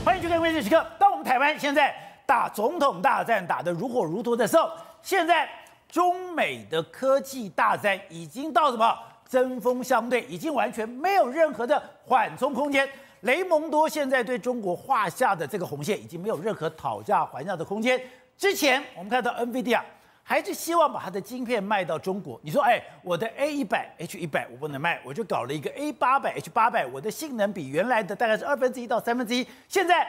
欢迎收看《关键时刻》。当我们台湾现在打总统大战打得如火如荼的时候，现在中美的科技大战已经到什么针锋相对，已经完全没有任何的缓冲空间。雷蒙多现在对中国画下的这个红线，已经没有任何讨价还价的空间。之前我们看到 NVIDIA 还是希望把它的晶片卖到中国。你说，我的 A100、H100 我不能卖，我就搞了一个 A800、H800，我的性能比原来的大概是1/2到1/3。现在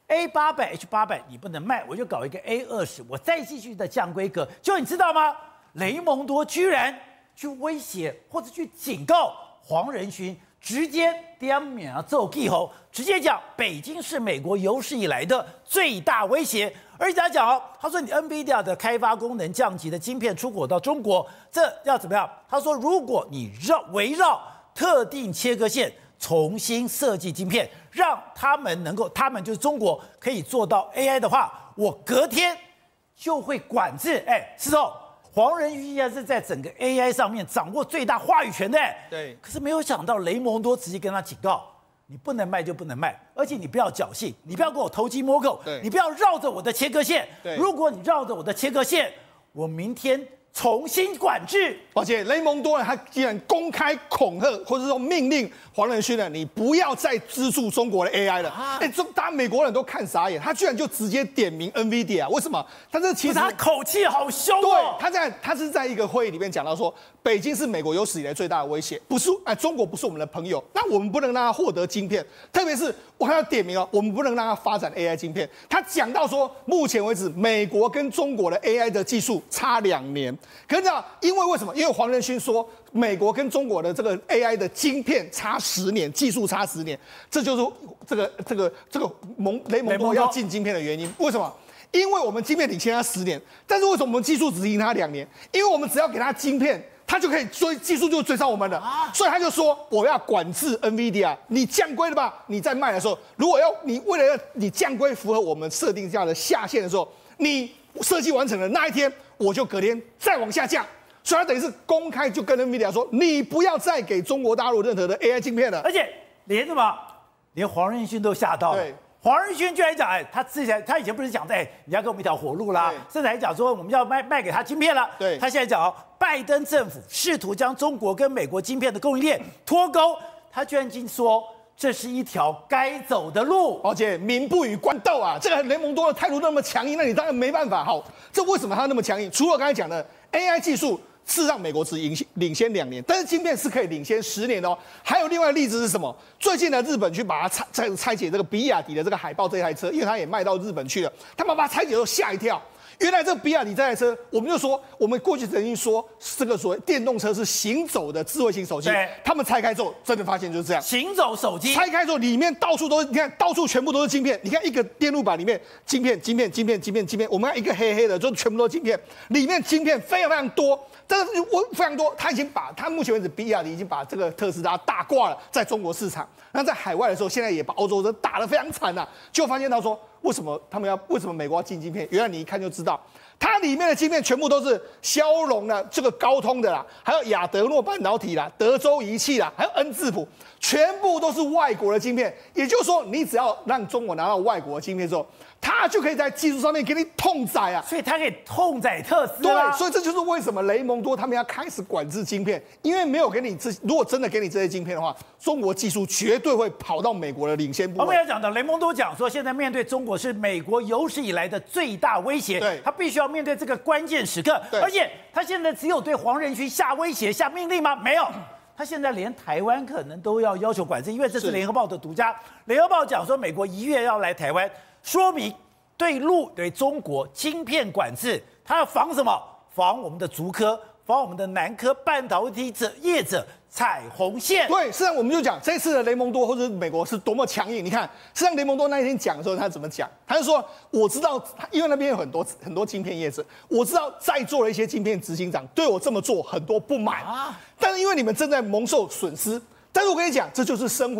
A800、H800 你不能卖，我就搞一个 A20，我再继续的降规格。就你知道吗？雷蒙多居然去威胁或者去警告黄仁勋，直接点名奏记吼，直接讲北京是美国有史以来的最大威胁。而且他讲他说你 NVIDIA 的开发功能降级的晶片出口到中国，这要怎么样？他说如果你围绕特定切割线重新设计晶片，让他们就是中国可以做到 AI 的话，我隔天就会管制。石头，黄仁勋现在是在整个 AI 上面掌握最大话语权的。 对， 可是没有想到雷蒙多直接跟他警告，你不能卖就不能卖，而且你不要侥幸，你不要跟我偷鸡摸狗，你不要绕着我的切割线。如果你绕着我的切割线，我明天重新管制。 而且雷蒙多呢，他竟然公开恐吓，或者说命令黄仁勋呢，你不要再资助中国的 AI 了。大家美国人都看傻眼，他居然就直接点名 NVIDIA， 为什么？他这其实他口气好凶哦。对，他是在一个会议里面讲到说，北京是美国有史以来最大的威胁，不是中国不是我们的朋友，那我们不能让他获得晶片，特别是我还要点名我们不能让他发展 AI 晶片。他讲到说，目前为止，美国跟中国的 AI 的技术差2年。可是呢，因为什么？因为黄仁勋说，美国跟中国的这个 AI 的晶片差10年，技术差10年，这就是这个雷蒙多要进晶片的原因。为什么？因为我们晶片领先他10年，但是为什么我们技术只赢他2年？因为我们只要给他晶片，他就可以技术就追上我们了。所以他就说，我要管制 NVIDIA， 你降规了吧？你在卖的时候，如果你为了你降规符合我们设定下的下限的时候，你设计完成了那一天，我就隔天再往下降。所以他等于是公开就跟 NVIDIA 说，你不要再给中国大陆任何的 AI 晶片了。 而且连黄仁勋都吓到了。黄仁勋居然讲，他以前不是讲你要给我们一条活路啦，甚至还讲说我们要卖给他晶片了。他现在讲拜登政府试图将中国跟美国晶片的供应链脱钩，他居然已经说这是一条该走的路。 而且民不与官斗啊，这个雷蒙多的态度那么强硬，那你当然没办法。好，这为什么他那么强硬？除了刚才讲的 AI 技术是让美国只领先2年，但是晶片是可以领先10年的哦。还有另外的例子是什么？最近的日本去把它拆解这个比亚迪的这个海豹这台车，因为它也卖到日本去了，他们把它拆解后吓一跳。原来这个比亚迪这台车，我们就说，我们过去曾经说这个所谓电动车是行走的智慧型手机，他们拆开之后，真的发现就是这样， 行走手机拆开之后，里面到处都是，你看到处全部都是晶片，你看一个电路板里面晶片，我们看一个黑黑的，就全部都是晶片，里面晶片非常非常多。但是非常多，他目前为止，比亚迪已经把这个特斯拉大挂了，在中国市场。那在海外的时候，现在也把欧洲人打得非常惨啊，就发现到说，为什么美国要进晶片？原来你一看就知道，它里面的晶片全部都是骁龙的这个高通的啦，还有亚德诺半导体啦、德州仪器啦，还有恩智浦，全部都是外国的晶片。也就是说，你只要让中国拿到外国的晶片之后，他就可以在技术上面给你痛宰啊， 所以他可以痛宰特斯拉。 对，所以这就是为什么雷蒙多他们要开始管制晶片，因为没有给你如果真的给你这些晶片的话，中国技术绝对会跑到美国的领先部位。 我们要讲的雷蒙多讲说，现在面对中国是美国有史以来的最大威胁，他必须要面对这个关键时刻。而且他现在只有对黄仁勋下威胁、下命令吗？没有。他现在连台湾可能都要求管制，因为这是联合报的独家。联合报讲说，美国1月要来台湾，说明对中国晶片管制，他要防什么？防我们的竹科，防我们的南科半导体业者踩红线。 对，实际上我们就讲这次的雷蒙多或者美国是多么强硬。你看，实际上雷蒙多那一天讲的时候，他怎么讲？他就说：“我知道，因为那边有很多晶片业者，我知道在座的一些晶片执行长对我这么做很多不满但是因为你们正在蒙受损失，但是我跟你讲，这就是生活。”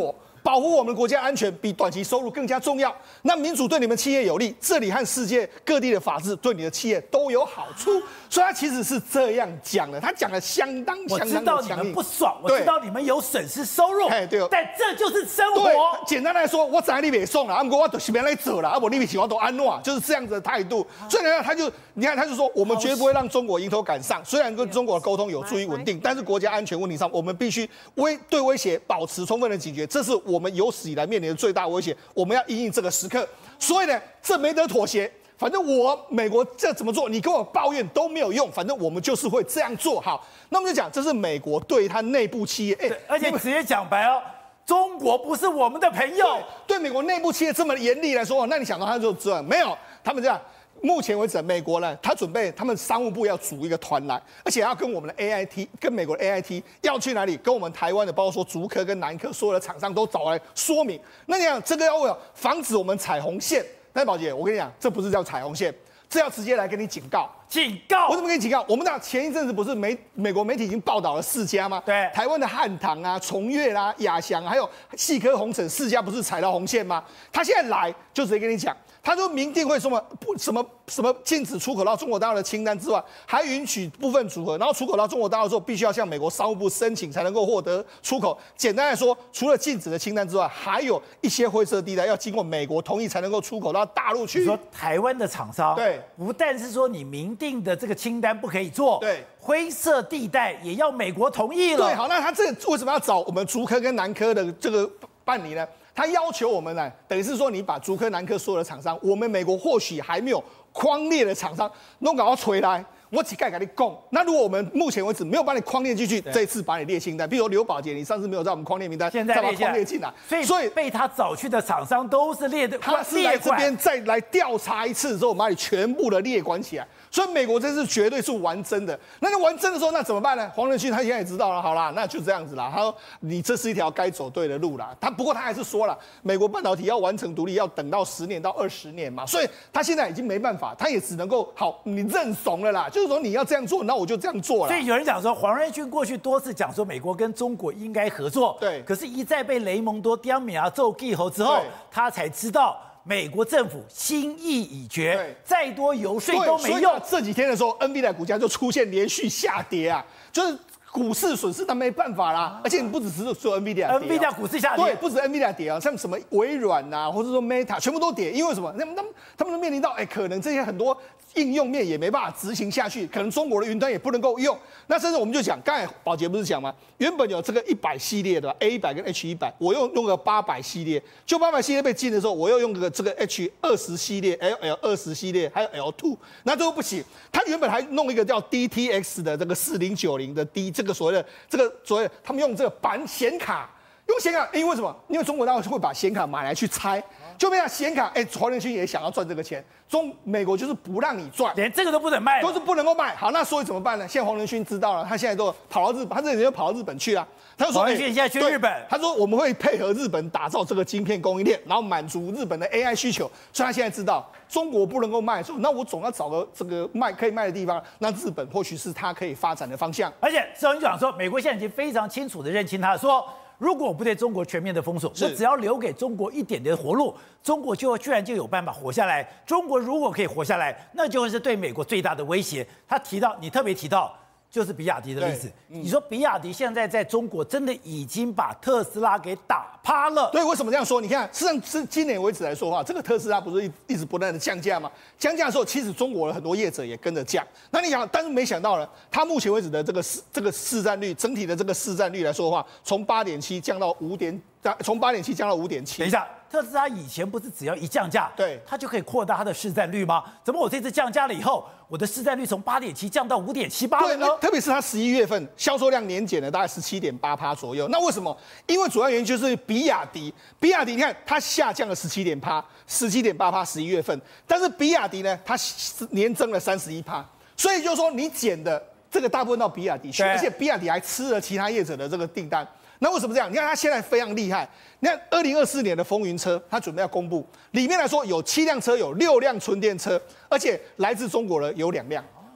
保护我们国家安全比短期收入更加重要。那民主对你们企业有利，这里和世界各地的法治对你的企业都有好处。所以他其实是这样讲的，他讲的相当的强硬。 我知道你们不爽，我知道你们有损失收入， 对， 但这就是生活。 简单来说，我知道你别送了，啊，不过我都是别来走了，啊，我你别喜欢都安诺，就是这样子的态度。所以呢，他就说，我们绝不会让中国迎头赶上。虽然跟中国的沟通有助于稳定，但是国家安全问题上，我们必须对威胁保持充分的警觉，这是我们有史以来面临的最大威胁，我们要因应这个时刻。所以呢，这没得妥协。反正美国这怎么做，你跟我抱怨都没有用，反正我们就是会这样做。好，那我们就讲，这是美国对他内部企业， 而且直接讲白哦，中国不是我们的朋友。 对美国内部企业这么严厉来说，那你想到他就知道没有？他们这样，目前为止，美国呢，他准备他们商务部要组一个团来，而且要跟我们的 AIT， 跟美国的 AIT 要去哪里？跟我们台湾的，包括说竹科跟南科所有的厂商都找来说明。那你想，这个要防止我们踩红线。但宝姐，我跟你讲，这不是叫踩红线，这要直接来跟你警告。我怎么跟你警告？我们前一阵子不是美国媒体已经报道了4家吗？ 对， 台湾的汉唐啊、崇越啦、亚翔，还有细科红尘4家，不是踩到红线吗？他现在来就直接跟你讲，他说明定会什么禁止出口到中国大陆的清单之外，还允许部分组合，然后出口到中国大陆之后，必须要向美国商务部申请才能够获得出口。简单来说，除了禁止的清单之外，还有一些灰色地带要经过美国同意才能够出口到大陆去。 你说台湾的厂商， 对， 不但是说你明定的这个清单不可以做， 对， 灰色地带也要美国同意了。 对，好，那他这为什么要找我们竹科跟南科的这个办理呢？他要求我们呢，等于是说你把竹科、南科所有的厂商，我们美国或许还没有匡列的厂商，弄搞到锤来。我只盖给你供。那如果我们目前为止没有把你匡列进去，这一次把你列清单，比如刘宝杰，你上次没有在我们匡列名单， 现在再把匡列进来， 所以被他找去的厂商都是列的， 他是来这边再来调查一次之后，把你全部的列管起来。所以美国这次绝对是玩真的。那玩真的时候，那怎么办呢？黄仁勋他现在也知道了，好啦，那就这样子啦。他说你这是一条该走对的路啦。不过他还是说了，美国半导体要完成独立，要等到10年到20年嘛。所以他现在已经没办法，他也只能够好，你认怂了啦。就是说你要这样做，那我就这样做了。 所以有人讲说，黄仁勋过去多次讲说美国跟中国应该合作， 对， 可是一再被雷蒙多刁民啊揍记喉之后，他才知道。美国政府心意已决，再多游说都没用。 这几天的时候 ，NVIDIA 股价就出现连续下跌啊，就是股市损失，它没办法啦。而且你不只是说 NVIDIA 股市下跌， 对，不止 NVIDIA 跌啊，像什么微软呐，或者说 Meta 全部都跌，因为什么？他们都面临到，可能这些很多应用面也没办法执行下去，可能中国的云端也不能够用。那甚至我们就讲，刚才宝杰不是讲吗？原本有这个100系列的 A100跟 H100，我用个800系列，就800系列被禁的时候，我又用这个 H20 系列、L20 系列，还有 L2， 那都不行。他原本还弄一个叫 DTX 的这个4090的 这个所谓的他们用这个显卡，用显卡，因为什么？因为中国大陆会把显卡买来去拆。就没想显卡，黄仁勋也想要赚这个钱，美国就是不让你赚， 连这个都不能卖， 都是不能够卖。好，那所以怎么办呢？现在黄仁勋知道了，他现在都跑到日本，他这几天就跑到日本去了。他就说， 黄仁勋现在去日本， 他说我们会配合日本打造这个晶片供应链，然后满足日本的 AI 需求。所以他现在知道中国不能够卖的时候，那我总要找个这个可以卖的地方，那日本或许是他可以发展的方向。 而且赵文讲说，美国现在已经非常清楚的认清他说。如果我不对中国全面的封锁，我只要留给中国一点点活路，中国居然就有办法活下来。中国如果可以活下来，那就会是对美国最大的威胁。你特别提到，就是比亚迪的例子。你说比亚迪现在在中国真的已经把特斯拉给打趴了。 对，为什么这样说？你看，事实上是今年为止来说的话，这个特斯拉不是一直不断的降价吗？降价的时候，其实中国的很多业者也跟着降。那你想，但是没想到呢，它目前为止的这个市占率，整体的这个市占率来说的话，从8.7降到从8.7降到5.7。 等一下。特斯拉以前不是只要一降价， 对， 它就可以扩大它的市占率吗？怎么我这次降价了以后，我的市占率从8.7降到5.78了呢？ 特别是它11月份销售量年减了大概17.8%左右。那为什么？因为主要原因就是比亚迪，你看它下降了17.8%， 11月份，但是比亚迪呢，它年增了31%，所以就是说你减的这个大部分到比亚迪去，而且比亚迪还吃了其他业者的这个订单。那为什么这样？你看它现在非常厉害。你看2024年的风云车，它准备要公布，里面来说有7辆车，有6辆纯电车，而且来自中国的有2辆。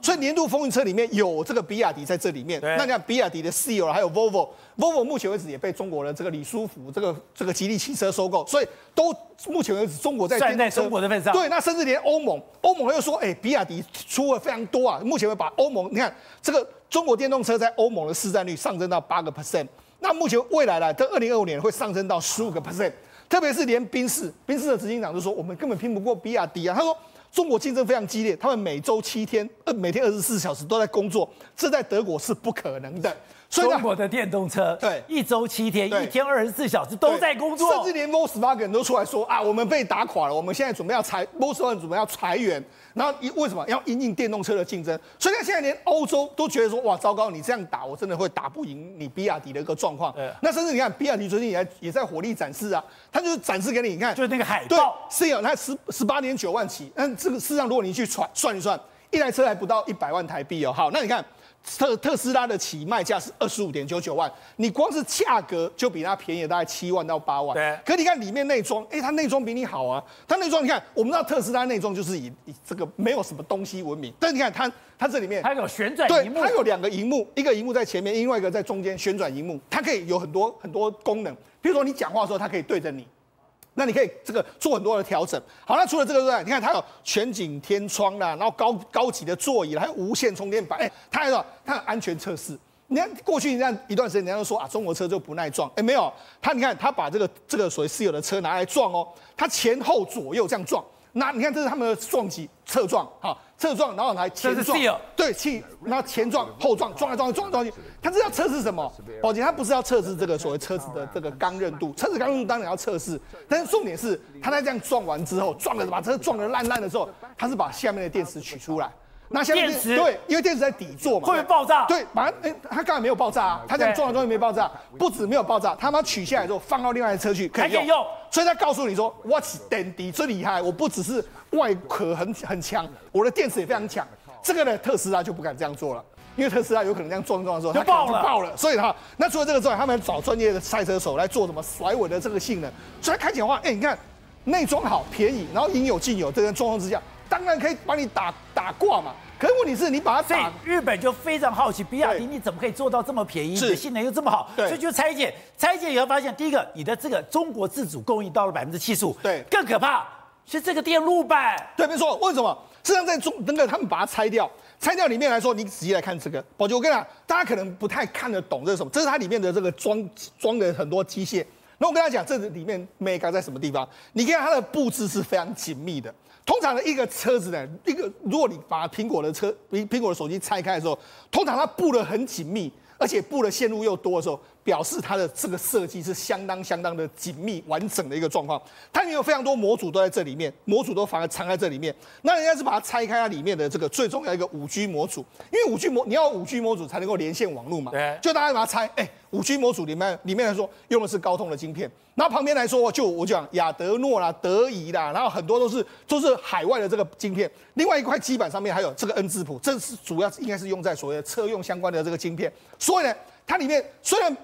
所以年度风云车里面有这个比亚迪在这里面。那你看比亚迪的 CEO 还有 Volvo 目前为止也被中国的这个李书福这个吉利汽车收购，所以都目前为止中国在算在中国的份上。 对，那甚至连欧盟又说，比亚迪出了非常多啊，目前会把欧盟，你看这个中国电动车在欧盟的市占率上升到8%，那目前未来呢，在2025年会上升到15%，特别是连宾士的执行长就说，我们根本拼不过比亚迪啊，他说。中国竞争非常激烈，他们每周7天，每天24小时都在工作，这在德国是不可能的。 所以中国的电动车， 对 ，1周7天，一天24小时都在工作， 甚至连 Volkswagen 都出来说啊，我们被打垮了，我们现在准备要Volkswagen 准备要裁员，然后为什么要因应电动车的竞争？所以现在连欧洲都觉得说，哇，糟糕，你这样打，我真的会打不赢你比亚迪的一个状况。那甚至你看，比亚迪最近也在火力展示啊，他就是展示给你看， 就是那个海报， 是有它18.9万起，但这个事实上，如果你去算一算，一台车还不到100万台币哦。好，那你看。特斯拉的起卖价是25.99万，你光是价格就比它便宜大概7万到8万。 对。 可你看里面内装，它内装比你好啊。它内装你看，我们知道特斯拉内装就是以这个没有什么东西闻名，但是你看它这里面它有旋转荧幕， 对，它有2个荧幕，一个荧幕在前面，另外一个在中间旋转荧幕，它可以有很多功能，比如说你讲话的时候，它可以对着你。那你可以这个做很多的调整。好，那除了这个之外，你看它有全景天窗啦，然后高级的座椅啦，还有无线充电板。它有安全测试。你看过去一段时间，人家都说啊，中国车就不耐撞。没有，你看它把这个所谓私有的车拿来撞哦，它前后左右这样撞。那你看这是他们的撞击侧撞，侧撞，然后来前撞，对，然后前撞后撞，撞来撞去，它是要测试什么？宝洁它不是要测试这个所谓车子的这个刚韧度，车子刚韧度当然要测试，但是重点是它在这样撞完之后，把车撞得烂的时候，它是把下面的电池取出来。那下面电池对，因为电池在底座嘛， 会不会爆炸？ 对，它刚才没有爆炸啊，它这样撞来撞去没爆炸，不止没有爆炸，它把它取下来之后放到另外的车去可以用，所以它告诉你说，我是电池最厉害，我不只是外壳很强，我的电池也非常强。这个呢，特斯拉就不敢这样做了，因为特斯拉有可能这样撞的时候，它就爆了。所以那除了这个之外，他们找专业的赛车手来做什么甩尾的这个性能，所以开起来的话，你看内装好便宜，然后应有尽有，这个状况之下。当然可以把你打挂嘛，可是问题是你把它打， 所以日本就非常好奇，比亚迪你怎么可以做到这么便宜，你的性能又这么好，所以就拆解以后发现，第一个你的这个中国自主供应到了75%， 对， 更可怕是这个电路板， 对，没错，为什么？事实上在他们把它拆掉里面来说，你仔细来看这个，宝洁，我跟你讲，大家可能不太看得懂这是什么，这是它里面的这个装的很多机械。那我跟他讲，这里面 mega 在什么地方？你看它的布置是非常紧密的。通常的一个车子呢，如果你把苹果的手机拆开的时候，通常它布得很紧密，而且布的线路又多的时候，表示它的这个设计是相当的紧密完整的一个状况。它里面有非常多模组都在这里面，模组都反而藏在这里面。那人家是把它拆开它里面的这个最重要一个5G 模组，因为你要5G 模组才能够连线网络嘛。 对， 就大家把它拆，5G 模组里面来说用的是高通的晶片，然后旁边来说我讲亚德诺啦、德仪啦，然后很多都是海外的这个晶片。另外一块基板上面还有这个 N 字谱，这是主要应该是用在所谓的车用相关的这个晶片。所以呢，它里面虽然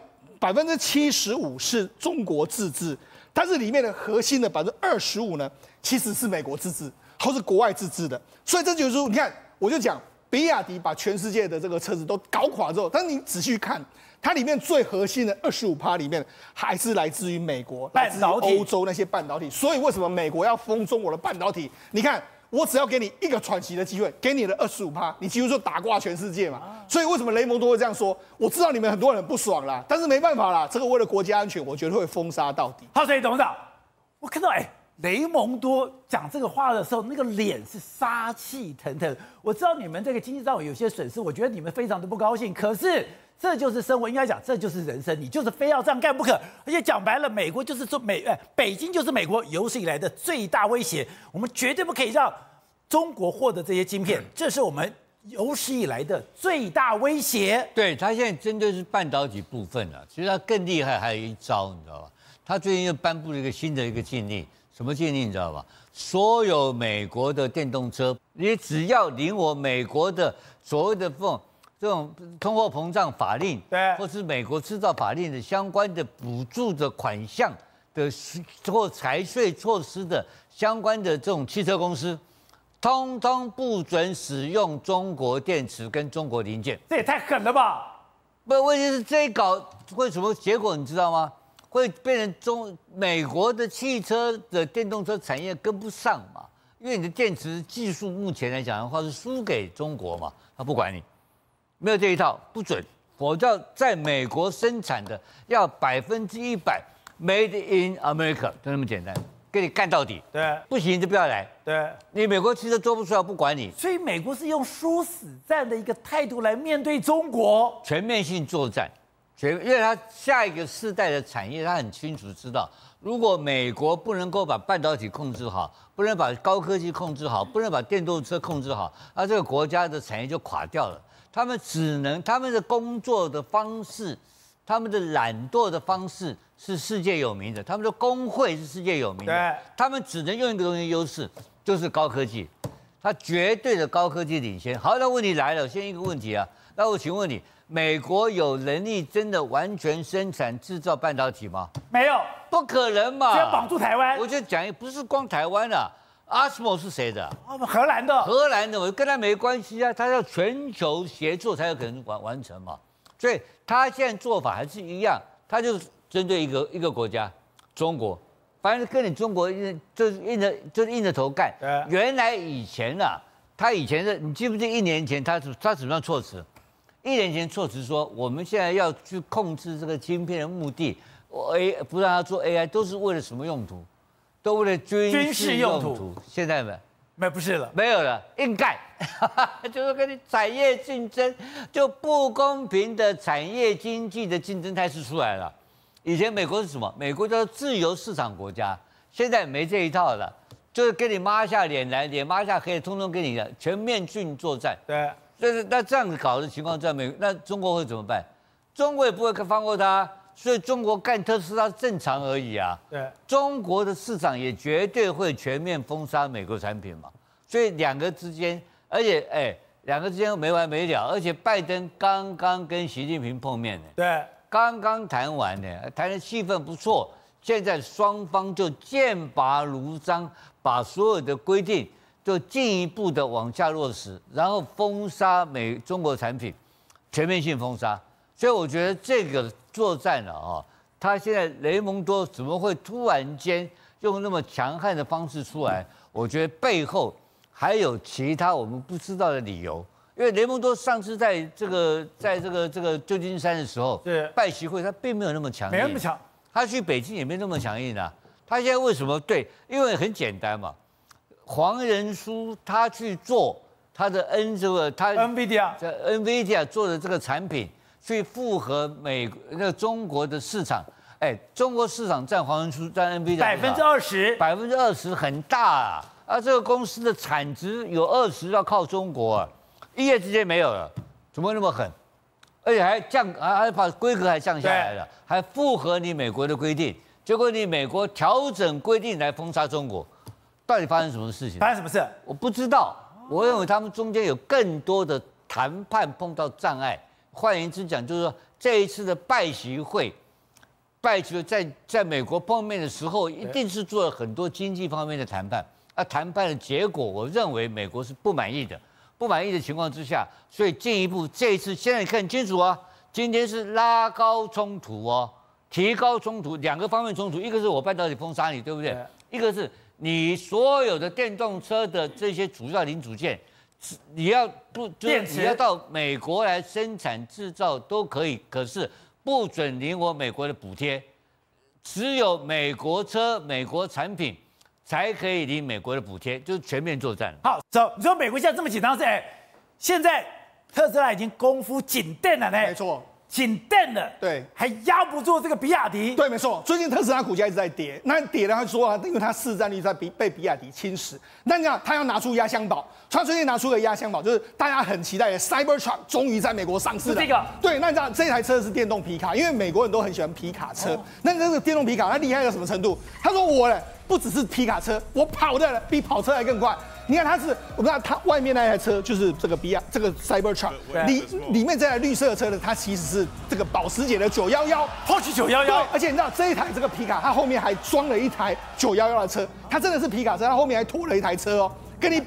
75%是中国自制，但是里面的核心的25%呢，其实是美国自制或是国外自制的。所以这就是你看，我就讲比亚迪把全世界的这个车子都搞垮之后，但是你仔细看，它里面最核心的25%里面还是来自于美国、来自于欧洲那些半导体。所以为什么美国要封中国的半导体？你看。我只要给你一个喘息的机会，给你的25%，你几乎就打挂全世界嘛。所以为什么雷蒙多会这样说？我知道你们很多人不爽啦，但是没办法啦，这个为了国家安全，我觉得会封杀到底。 好，所以董事长，我看到雷蒙多讲这个话的时候，那个脸是杀气腾腾。我知道你们这个经济上有些损失，我觉得你们非常的不高兴。可是这就是生活，应该讲这就是人生，你就是非要这样干不可。而且讲白了，美国就是北京就是美国有史以来的最大威胁，我们绝对不可以让中国获得这些晶片，这是我们有史以来的最大威胁。 对，他现在针对是半导体部分啊，其实他更厉害，还有一招，你知道吧？他最近又颁布了一个新的一个禁令，什么禁令你知道吧？所有美国的电动车，你只要领我美国的所谓的这种通货膨胀法令， 对， 或是美国制造法令的相关的补助的款项的或财税措施的相关的这种汽车公司， 通通不准使用中国电池跟中国零件。 这也太狠了吧！ 不，问题是这一搞会什么结果你知道吗？会变成美国的汽车的电动车产业跟不上嘛？因为你的电池技术目前来讲的话是输给中国嘛，他不管你，没有这一套不准，否则在美国生产的要100%。Made in America 就那么简单，给你干到底。 对， 不行就不要来。 对， 你美国汽车做不出来，不管你。 所以美国是用殊死战的一个态度来面对中国， 全面性作战，因为它下一个世代的产业，它很清楚知道，如果美国不能够把半导体控制好，不能把高科技控制好，不能把电动车控制好，那这个国家的产业就垮掉了。他们只能他们的工作的方式，他们的懒惰的方式。是世界有名的，他们的工会是世界有名的， 对， 他们只能用一个东西优势，就是高科技，它绝对的高科技领先。好，那问题来了，先一个问题啊，那我请问你，美国有能力真的完全生产制造半导体吗？ 没有， 不可能嘛！ 只要绑住台湾。 我就讲，不是光台湾啊 ，ASML 是谁的？ 荷兰的。 荷兰的，我跟他没关系啊，他要全球协作才有可能完成嘛。所以他现在做法还是一样，他就是。针对一个国家，中国，反正跟你中国就是硬着头干。原来以前啊，他以前你记不记得1年前他怎么样措辞？1年前措辞说，我们现在要去控制这个晶片的目的，不让他做 AI， 都是为了什么用途？都为了军事用途。现在不是了， 没有了，硬干，就是跟你产业竞争，就不公平的产业经济的竞争态势出来了。以前美国是什么？美国叫自由市场国家，现在没这一套了，就是给你抹下脸来，脸抹下黑，通通给你的全面性作战。 对， 就是那这样子搞的情况下，那中国会怎么办？中国也不会放过他，所以中国干特斯拉正常而已啊。 对， 中国的市场也绝对会全面封杀美国产品嘛。所以两个之间，而且两个之间没完没了，而且拜登刚刚跟习近平碰面呢。 对。 刚刚谈完呢，谈的气氛不错。现在双方就剑拔弩张，把所有的规定就进一步的往下落实，然后封杀中国产品，全面性封杀。所以我觉得这个作战啊，他现在雷蒙多怎么会突然间用那么强悍的方式出来？我觉得背后还有其他我们不知道的理由。因为雷蒙多上次在这个旧金山的时候，拜习会他并没有那么强硬， 没那么强。 他去北京也没那么强硬啊。他现在为什么对？因为很简单嘛，黄仁书他去做他的NVIDIA 做的这个产品，去符合中国的市场。中国市场占黄仁书占 NVIDIA 20%很大啊。这个公司的产值有20%要靠中国啊。一夜之间没有了，怎么会那么狠？而且还把规格还降下来了，还符合你美国的规定。结果你美国调整规定来封杀中国，到底发生什么事情？ 发生什么事？我不知道。我认为他们中间有更多的谈判碰到障碍。换言之讲，就是说这一次的拜习会在美国碰面的时候，一定是做了很多经济方面的谈判。谈判的结果，我认为美国是不满意的。不满意的情况之下，所以进一步这一次，现在你看清楚啊，今天是拉高冲突哦，提高冲突，两个方面冲突，一个是我半导体封杀你，对不对？一个是你所有的电动车的这些主要零组件，你要到美国来生产制造都可以，可是不准领我美国的补贴，只有美国车、美国产品。才可以领美国的补贴，就是全面作战。 好，走，你说美国现在这么紧张是？现在特斯拉已经功夫紧瞪了呢。 没错， 紧瞪了。 对， 还压不住这个比亚迪。 对，没错。最近特斯拉股价一直在跌，那跌了他说啊，因为它市占率在被比亚迪侵蚀。那你讲他要拿出压箱宝，他最近拿出个压箱宝，就是大家很期待的 Cybertruck 终于在美国上市了。 这个对，那你知道这台车是电动皮卡，因为美国人都很喜欢皮卡车。那这个电动皮卡它厉害到什么程度？他说我呢。不只是皮卡车，我跑的比跑车还更快。你看我看它外面那台车就是这个Cybertruck， 里面这台绿色的车呢，它其实是这个保时捷的911，Porsche 911。对，而且你知道这一台这个皮卡，它后面还装了一台911的车，它真的是皮卡车，它后面还拖了一台车哦。跟你比哦，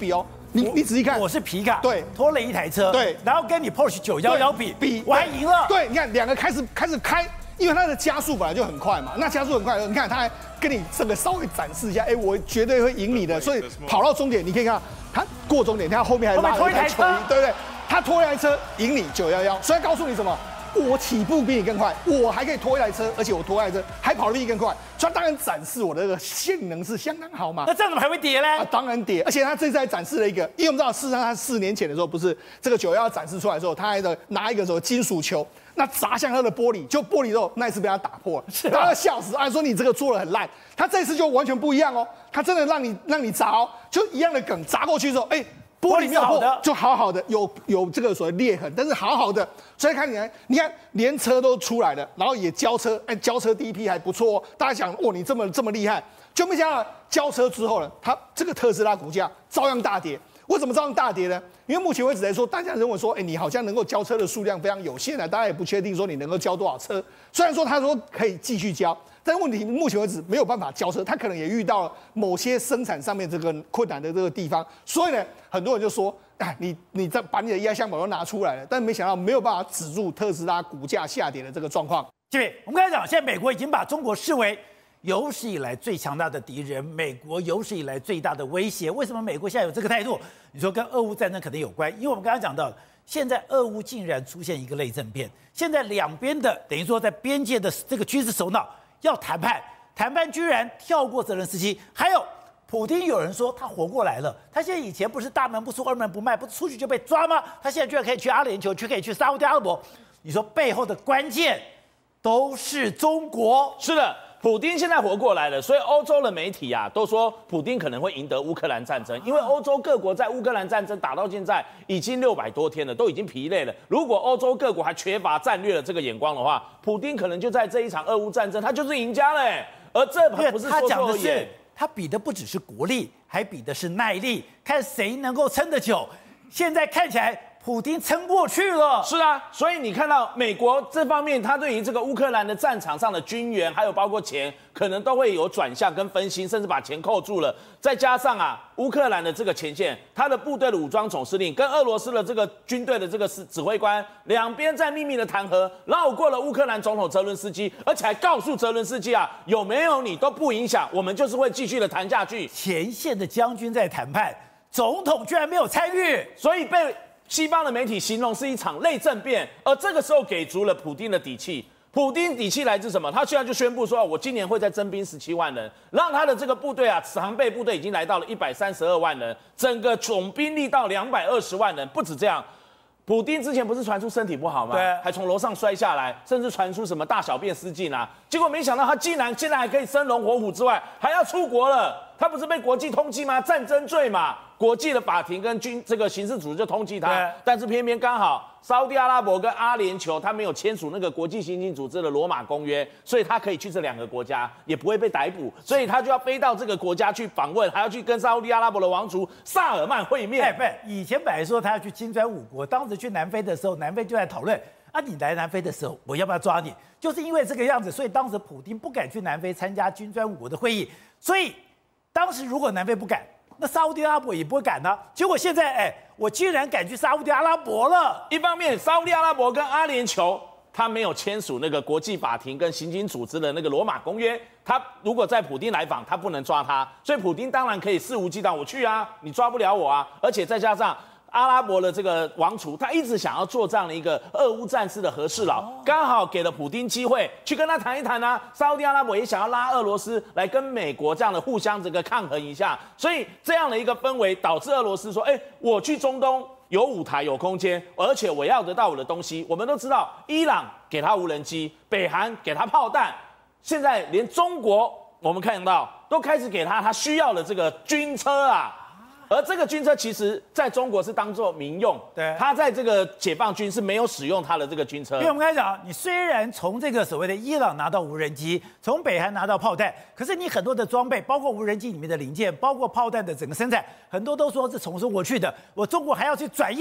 你仔细看， 我是皮卡， 对， 拖了一台车， 对， 然后跟你 Porsche 911比，我还赢了。 对，你看两个开始开，因为它的加速本来就很快嘛，那加速很快，你看他还跟你这个稍微展示一下，我绝对会赢你的，所以跑到终点，你可以看到他过终点，他后面还拉了一台球衣，对不对？他拖一台车赢你911，所以告诉你什么？我起步比你更快，我还可以拖一台车，而且我拖一台车还跑得比你更快，所以当然展示我的这个性能是相当好嘛。 那这样怎么还会跌呢？ 当然跌，而且他这次还展示了一个，因为我们知道事实上他4年前的时候不是这个911展示出来的时候，他还拿一个什么金属球，那砸向他的玻璃，就玻璃之后那一次被他打破了，大家笑死，按说你这个做得很烂，他这次就完全不一样哦，他真的让你砸哦，就一样的梗砸过去之后，玻璃没有破，就好好的有这个所谓裂痕，但是好好的，所以看起来，你看连车都出来了，然后也交车，交车第一批还不错哦，大家想，你这么厉害，就没想到交车之后呢，它这个特斯拉股价照样大跌。为什么照样大跌呢？因为目前为止来说，大家认为说，你好像能够交车的数量非常有限啊，大家也不确定说你能够交多少车。虽然说他说可以继续交，但问题目前为止没有办法交车，他可能也遇到了某些生产上面这个困难的这个地方，所以呢，很多人就说，你再把你的压箱宝都拿出来了，但没想到没有办法止住特斯拉股价下跌的这个状况。 对，我们刚才讲，现在美国已经把中国视为有史以来最强大的敌人，美国有史以来最大的威胁。为什么美国现在有这个态度？你说跟俄乌战争可能有关，因为我们刚刚讲到，现在俄乌竟然出现一个内政变，现在两边的等于说在边界的这个军事首脑要谈判，谈判居然跳过泽连斯基，还有普丁，有人说他活过来了，他现在以前不是大门不出二门不迈，不是出去就被抓吗？他现在居然可以去阿联酋，可以去沙烏地阿拉伯，你说背后的关键都是中国？ 是的。普丁现在活过来了，所以欧洲的媒体啊都说普丁可能会赢得乌克兰战争，因为欧洲各国在乌克兰战争打到现在已经600多天了，都已经疲累了。如果欧洲各国还缺乏战略的这个眼光的话，普丁可能就在这一场俄乌战争，他就是赢家了。而这不是说错而已， 他比的不只是国力，还比的是耐力，看谁能够撑得久。现在看起来，普丁撑过去了。 是啊，所以你看到美国这方面，他对于这个乌克兰的战场上的军援，还有包括钱，可能都会有转向跟分心，甚至把钱扣住了。再加上乌克兰的这个前线，他的部队的武装总司令跟俄罗斯的这个军队的这个指挥官，两边在秘密的谈和，绕过了乌克兰总统泽伦斯基，而且还告诉泽伦斯基有没有你都不影响，我们就是会继续的谈下去。 前线的将军在谈判，总统居然没有参与， 所以被西方的媒体形容是一场内政变，而这个时候给足了普丁的底气。普丁底气来自什么？他现在就宣布说，我今年会再征兵17万人，让他的这个部队常备部队已经来到了132万人，整个总兵力到220万人。不止这样，普丁之前不是传出身体不好吗？ 对， 还从楼上摔下来，甚至传出什么大小便失禁结果没想到他竟然现在还可以生龙活虎之外，还要出国了。他不是被国际通缉吗？战争罪嘛，国际的法庭跟这个刑事组织就通缉他，但是偏偏刚好沙烏地阿拉伯跟阿联酋他没有签署那个国际刑警组织的罗马公约，所以他可以去这2个国家，也不会被逮捕，所以他就要飞到这个国家去访问，还要去跟沙烏地阿拉伯的王储萨尔曼会面。 以前本来说他要去金砖5国，当时去南非的时候，南非就在讨论你来南非的时候，我要不要抓你？就是因为这个样子，所以当时普丁不敢去南非参加金砖5国的会议，所以当时如果南非不敢，那沙烏地阿拉伯也不会敢呢。结果现在，我竟然敢去沙烏地阿拉伯了。 一方面，沙烏地阿拉伯跟阿联酋他没有签署那个国际法庭跟刑警组织的那个罗马公约，他如果在普丁来访，他不能抓他，所以普丁当然可以肆无忌惮，我去你抓不了我而且再加上阿拉伯的这个王储，他一直想要做这样的一个俄乌战事的和事佬，刚好给了普丁机会去跟他谈一谈沙烏地阿拉伯也想要拉俄罗斯来跟美国这样的互相这个抗衡一下，所以这样的一个氛围导致俄罗斯说，我去中东有舞台有空间，而且我要得到我的东西。我们都知道，伊朗给他无人机，北韩给他炮弹，现在连中国我们看到都开始给他需要的这个军车而这个军车其实在中国是当作民用， 对， 他在这个解放军是没有使用他的这个军车。 因为我们刚才讲，你虽然从这个所谓的伊朗拿到无人机，从北韩拿到炮弹，可是你很多的装备，包括无人机里面的零件，包括炮弹的整个生产，很多都说是从中国去的，我中国还要去转一手。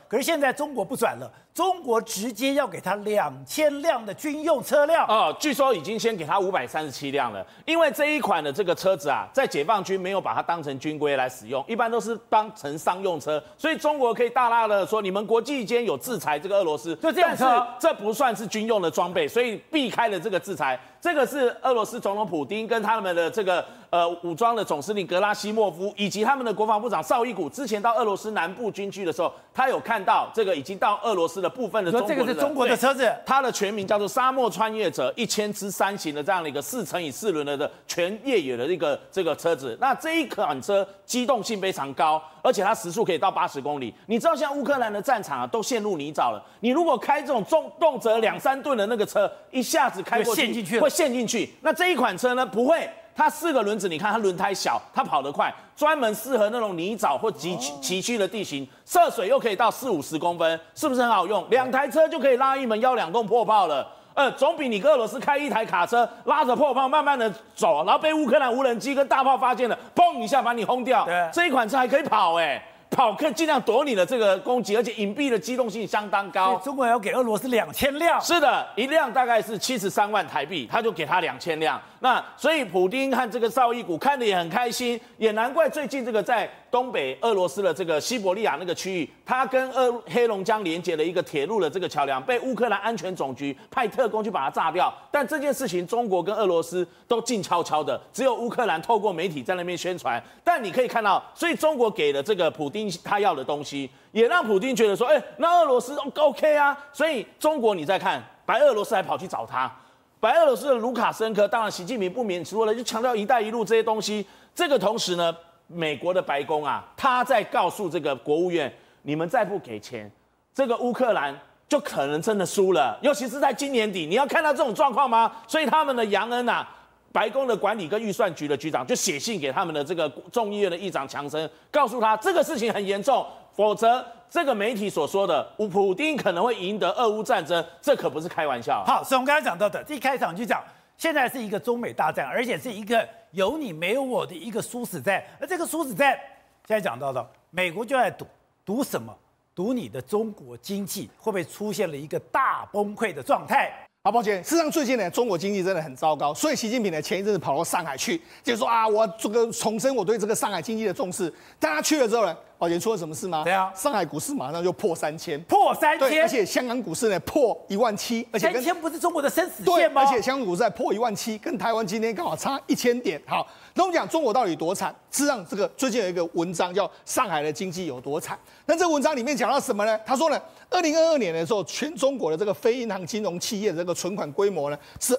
可是现在中国不转了，中国直接要给他2000辆的军用车辆。 据说已经先给他537辆了，因为这一款的这个车子啊，在解放军没有把它当成军规来使用，一般都是当成商用车，所以中国可以大大的说，你们国际间有制裁这个俄罗斯， 就这样， 但是这不算是军用的装备，所以避开了这个制裁。这个是俄罗斯总统普丁跟他们的这个武装的总司令格拉西莫夫，以及他们的国防部长绍伊古，之前到俄罗斯南部军区的时候，他有看到这个已经到俄罗斯的部分的中国的人。 这个是中国的车子， 它的全名叫做沙漠穿越者1000之3型的这样的一个4×4轮的全越野的一个这个车子。那这一款车机动性非常高，而且它时速可以到80公里。你知道像乌克兰的战场啊，都陷入泥沼了。你如果开这种动辄2-3吨的那个车，一下子开过去，会陷进去。那这一款车呢，不会。它4个轮子，你看它轮胎小，它跑得快，专门适合那种泥沼或崎岖的地形，涉水又可以到40-50公分，是不是很好用？2台车就可以拉一门1-2栋破炮了。总比你俄罗斯开一台卡车拉着破炮慢慢的走，然后被乌克兰无人机跟大炮发现了，砰一下把你轰掉。这一款车还可以跑跑可以尽量躲你的这个攻击，而且隐蔽的机动性相当高。 中国要给俄罗斯2000辆， 是的，一辆大概是73万台币，他就给他2000辆。那所以普丁和这个绍伊古看得也很开心，也难怪最近这个在东北俄罗斯的这个西伯利亚那个区域，它跟黑龙江连接了一个铁路的这个桥梁，被乌克兰安全总局派特工去把它炸掉。但这件事情中国跟俄罗斯都静悄悄的，只有乌克兰透过媒体在那边宣传。但你可以看到，所以中国给了这个普丁他要的东西，也让普丁觉得说，那俄罗斯 OK 啊。所以中国你再看，白俄罗斯还跑去找他。白俄罗斯的卢卡申科，当然习近平不免说了，就强调一带一路这些东西。这个同时呢，美国的白宫啊，他在告诉这个国务院，你们再不给钱，这个乌克兰就可能真的输了。尤其是在今年底，你要看到这种状况吗？所以他们的杨恩啊，白宫的管理跟预算局的局长就写信给他们的这个众议院的议长强生，告诉他这个事情很严重，否则这个媒体所说的普丁可能会赢得俄乌战争，这可不是开玩笑。 好，所以我们刚才讲到的，一开场就讲，现在是一个中美大战，而且是一个有你没有我的一个殊死战。而这个殊死战，现在讲到的，美国就在赌什么？赌你的中国经济会不会出现了一个大崩溃的状态？ 好，抱歉，事实上最近呢，中国经济真的很糟糕，所以习近平呢前一阵子跑到上海去，就是说啊，我这个重申我对这个上海经济的重视。但他去了之后呢，宝杰出了什么事吗？ 对啊， 上海股市马上就破3000， 破3000， 对，而且香港股市呢破17000，而且 3000不是中国的生死线吗？ 而且香港股市还破17000，跟台湾今天刚好差1000点。好，那我们讲中国到底多惨？事实上，这个最近有一个文章叫《上海的经济有多惨》。那这个文章里面讲到什么呢？他说呢，2022年的时候，全中国的这个非银行金融企业的这个存款规模呢是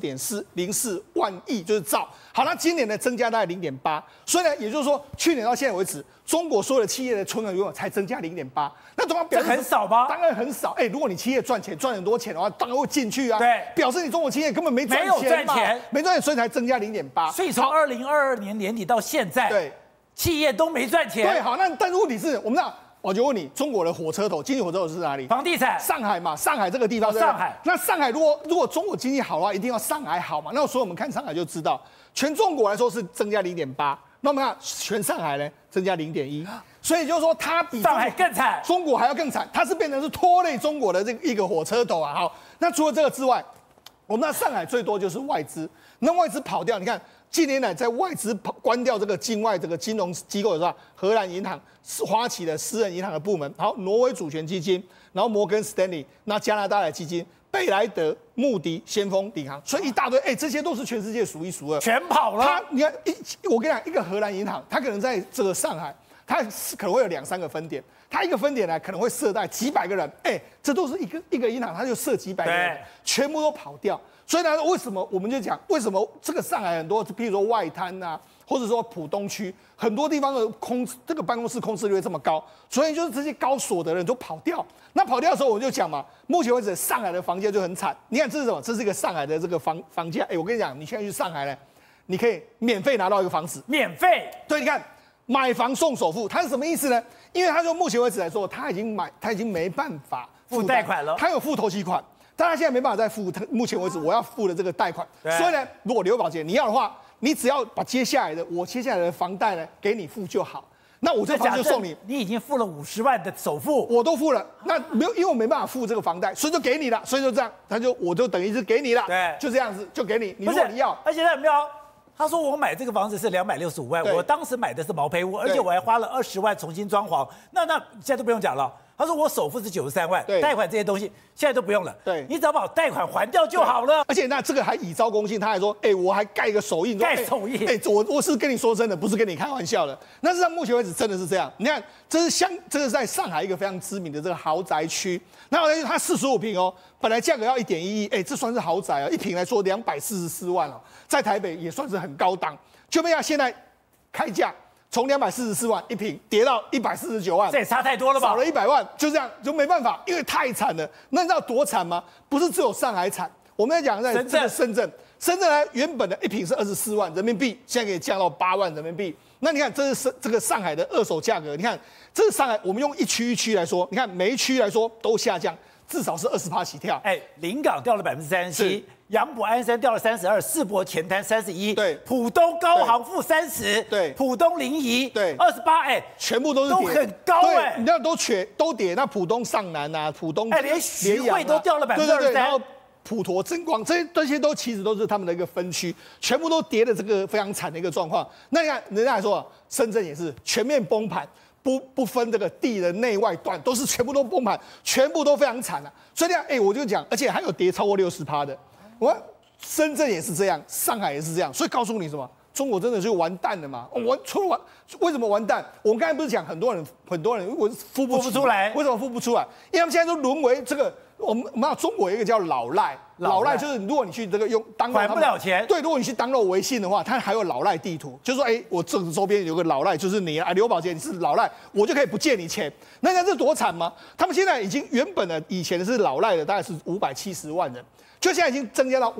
20.04万亿，就是兆。好，那今年呢增加大概0.8，所以呢，也就是说，去年到现在为止，中国所有的企业的存款规模才增加0.8。那怎么表示这很少吗？ 当然很少。如果你企业赚很多钱的话，当然会进去啊。 对， 表示你中国企业根本没赚钱嘛，没赚钱，所以才增加0.8。 所以从2022年年底到现在， 对， 企业都没赚钱。 对，好，但问题是我们知道。我就问你，中国的火车头，经济火车头是哪里？ 房地产， 上海嘛，上海这个地方。 上海。 那上海如果中国经济好的话，一定要上海好嘛。那所以我们看上海就知道，全中国来说是增加0.8，那我们看全上海呢增加0.1，所以就是说它比上海更惨， 中国还要更惨，它是变成是拖累中国的这一个火车头啊。好，那除了这个之外，我们那上海最多就是外资，那外资跑掉，你看。近年来，在外资关掉这个境外这个金融机构的时候，荷兰银行、花旗的私人银行的部门，好，挪威主权基金，然后摩根斯丹利，那加拿大的基金，贝莱德、穆迪、先锋银行，所以一大堆，这些都是全世界数一数二， 全跑了。 你看，我跟你讲，一个荷兰银行，它可能在这个上海，它可能会有2-3个分店，它一个分店呢可能会设在几百个人，这都是一个银行，它就设几百个人，全部都跑掉。所以呢，为什么我们就讲，为什么这个上海很多，比如说外滩啊，或者说浦东区很多地方的这个办公室空置率这么高，所以就是这些高所得人都跑掉。那跑掉的时候，我就讲嘛，目前为止上海的房价就很惨。你看这是什么？这是一个上海的这个房价。我跟你讲，你现在去上海呢，你可以免费拿到一个房子， 免费。 对，你看买房送首付，它是什么意思呢？因为他说目前为止来说，他已经没办法付贷款了， 他有付头期款。但他现在没办法再付，目前为止我要付的这个贷款，所以呢，如果刘宝杰你要的话，你只要把接下来的房贷呢给你付就好。 那我这房子就送你。 你已经付了50万的首付， 我都付了，那没有，因为我没办法付这个房贷，所以就给你了，所以就这样，我就等于是给你了， 对， 就这样子就给你，如果你要， 而且他有没有？他说我买这个房子是265万，我当时买的是毛坯屋，而且我还花了20万重新装潢，那现在都不用讲了。他说我首付是93万，贷款这些东西现在都不用了， 对， 你只要把贷款还掉就好了。 而且那这个还以招公信，他还说，我还盖一个手印， 盖手印， 我是跟你说真的，不是跟你开玩笑的。那事实上目前为止真的是这样。你看，这是在上海一个非常知名的这个豪宅区，那豪宅区它45平哦，本来价格要1.1亿，这算是豪宅啊，一平来说244万哦，在台北也算是很高档，就被他现在开价。从244万一平跌到149万， 这也差太多了吧？ 少了100万，就这样就没办法，因为太惨了。那你知道多惨吗？不是只有上海惨，我们在讲在这个深圳呢，原本的一平是24万人民币，现在可以降到8万人民币。那你看，这是这个上海的二手价格，你看这是上海，我们用一区一区来说，你看每一区来说都下降，至少是20%起跳。 临港掉了37%。杨浦鞍山掉了32%，世博前滩31%， 对， 浦东高航负30%， 对， 浦东01%， 对 ，28%， 全部都很高你知道都跌，那浦东上南啊，浦东连徐汇都掉了23%， 对，然后普陀争光，这些都其实都是他们的一个分区，全部都跌的这个非常惨的一个状况。那你看人家来说，深圳也是全面崩盘。不分这个地的内外段，都是全部都崩盘，全部都非常惨啊。所以这样，我就讲，而且还有跌超过60%的。深圳也是这样，上海也是这样，所以告诉你什么？中国真的就完蛋了嘛？为什么完蛋？我们刚才不是讲很多人我付不出来，为什么付不出来？因为他们现在都沦为这个，我们中国有一个叫老赖就是如果你去这个还不了钱， 对，如果你去download微信的话，它还有老赖地图，就是说，我这周边有个老赖，就是你啊，刘宝杰你是老赖，我就可以不借你钱。那你看这多惨吗？他们现在已经原本的以前是老赖的大概是570万人。就现在已经增加到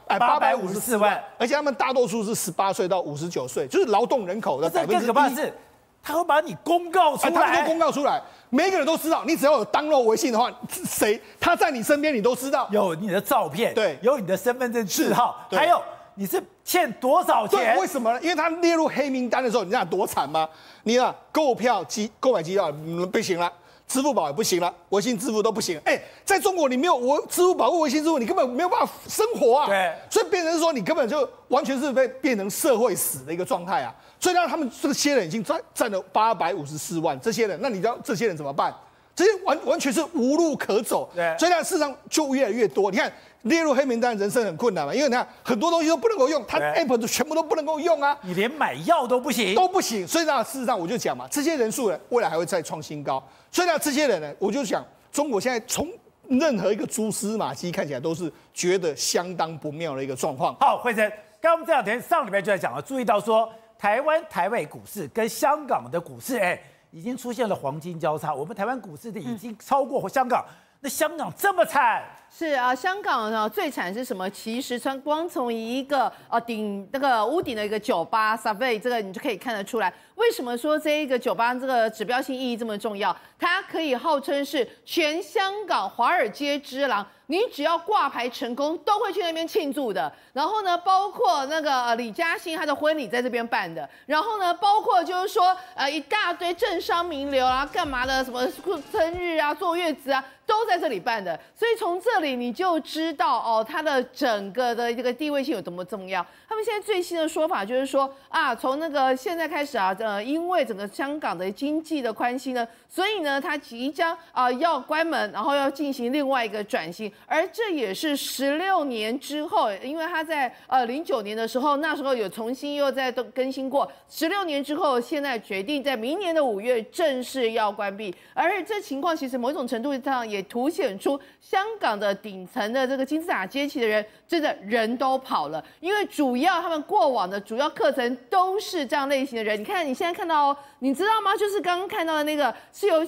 854万，而且他们大多数是18岁到59岁，就是劳动人口的1%。 更可怕的是，他会把你公告出来， 他们都公告出来，每一个人都知道。你只要有download微信的话，谁他在你身边，你都知道。 有你的照片， 对， 有你的身份证字号，还有你是欠多少钱？ 对，为什么呢？因为他列入黑名单的时候，你知道多惨吗？你购买机票不行了。支付宝也不行了，微信支付都不行。在中国你没有支付宝或微信支付，你根本没有办法生活啊。 对， 所以变成说你根本就完全是变成社会死的一个状态啊。所以让他们这些人已经占了854万，这些人，那你知道这些人怎么办？这些完全是无路可走。 对， 所以事实上就越来越多。你看列入黑名单，人生很困难嘛，因为你看很多东西都不能够用，它 app 全部都不能够用啊， 你连买药都不行， 所以事实上我就讲嘛，这些人数呢，未来还会再创新高。所以这些人呢，我就想，中国现在从任何一个蛛丝马迹看起来都是觉得相当不妙的一个状况。 好，慧珍，刚刚我们这两天上礼拜就在讲了，注意到说台北股市跟香港的股市，已经出现了黄金交叉，我们台湾股市的已经超过香港，那香港这么惨。 是啊，香港呢最惨是什么？其实光从一个那个屋顶的一个酒吧 Subway 这个你就可以看得出来，为什么说这一个酒吧这个指标性意义这么重要？它可以号称是全香港华尔街之狼，你只要挂牌成功，都会去那边庆祝的。然后呢，包括那个李嘉欣他的婚礼在这边办的，然后呢，包括就是说一大堆政商名流啊，干嘛的，什么生日啊、坐月子啊，都在这里办的。所以从这里你就知道它的整个的这个地位性有多么重要。他们现在最新的说法就是说从那个现在开始因为整个香港的经济的宽心呢，所以呢，它即将要关门，然后要进行另外一个转型，而这也是16年之后，因为它在09年的时候，那时候有重新又再更新过，16年之后，现在决定在明年的5月正式要关闭，而这情况其实某种程度上也凸显出香港的顶层的这个金字塔阶级的人，真的人都跑了，因为主要他们过往的主要课程都是这样类型的人。你看你现在看到你知道吗？就是刚刚看到的那个是由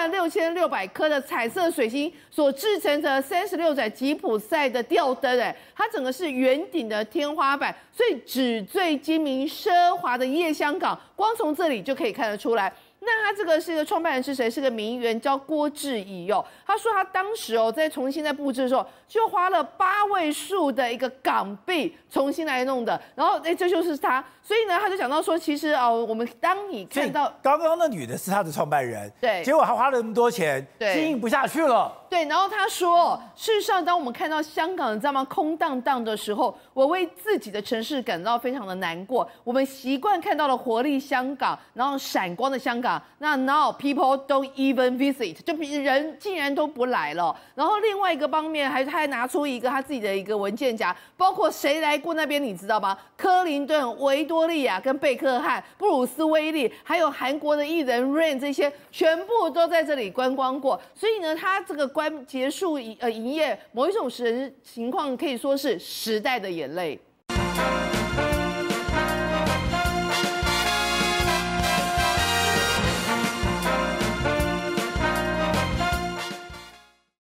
76600颗的彩色水晶所制成的36盏吉普赛的吊灯，它整个是圆顶的天花板，所以纸醉金迷、奢华的夜香港，光从这里就可以看得出来。 那他这个是一个创办人是谁？是个名媛，叫郭志怡哦。他说他当时在重新在布置的时候，就花了8位数的一个港币重新来弄的。然后这就是他，所以呢，他就讲到说，其实我们当你看到刚刚那女的是他的创办人， 对， 结果他花了那么多钱，经营不下去了。 对，然后他说，事实上，当我们看到香港你知道吗空荡荡的时候，我为自己的城市感到非常的难过。我们习惯看到了活力香港，然后闪光的香港。那 now people don't even visit， 就人竟然都不来了。然后另外一个方面，他还拿出一个他自己的一个文件夹，包括谁来过那边，你知道吗？克林顿、维多利亚跟贝克汉、布鲁斯威利，还有韩国的艺人 Rain 这些，全部都在这里观光过。所以呢，他这个结束营业，某一种情况可以说是时代的眼泪。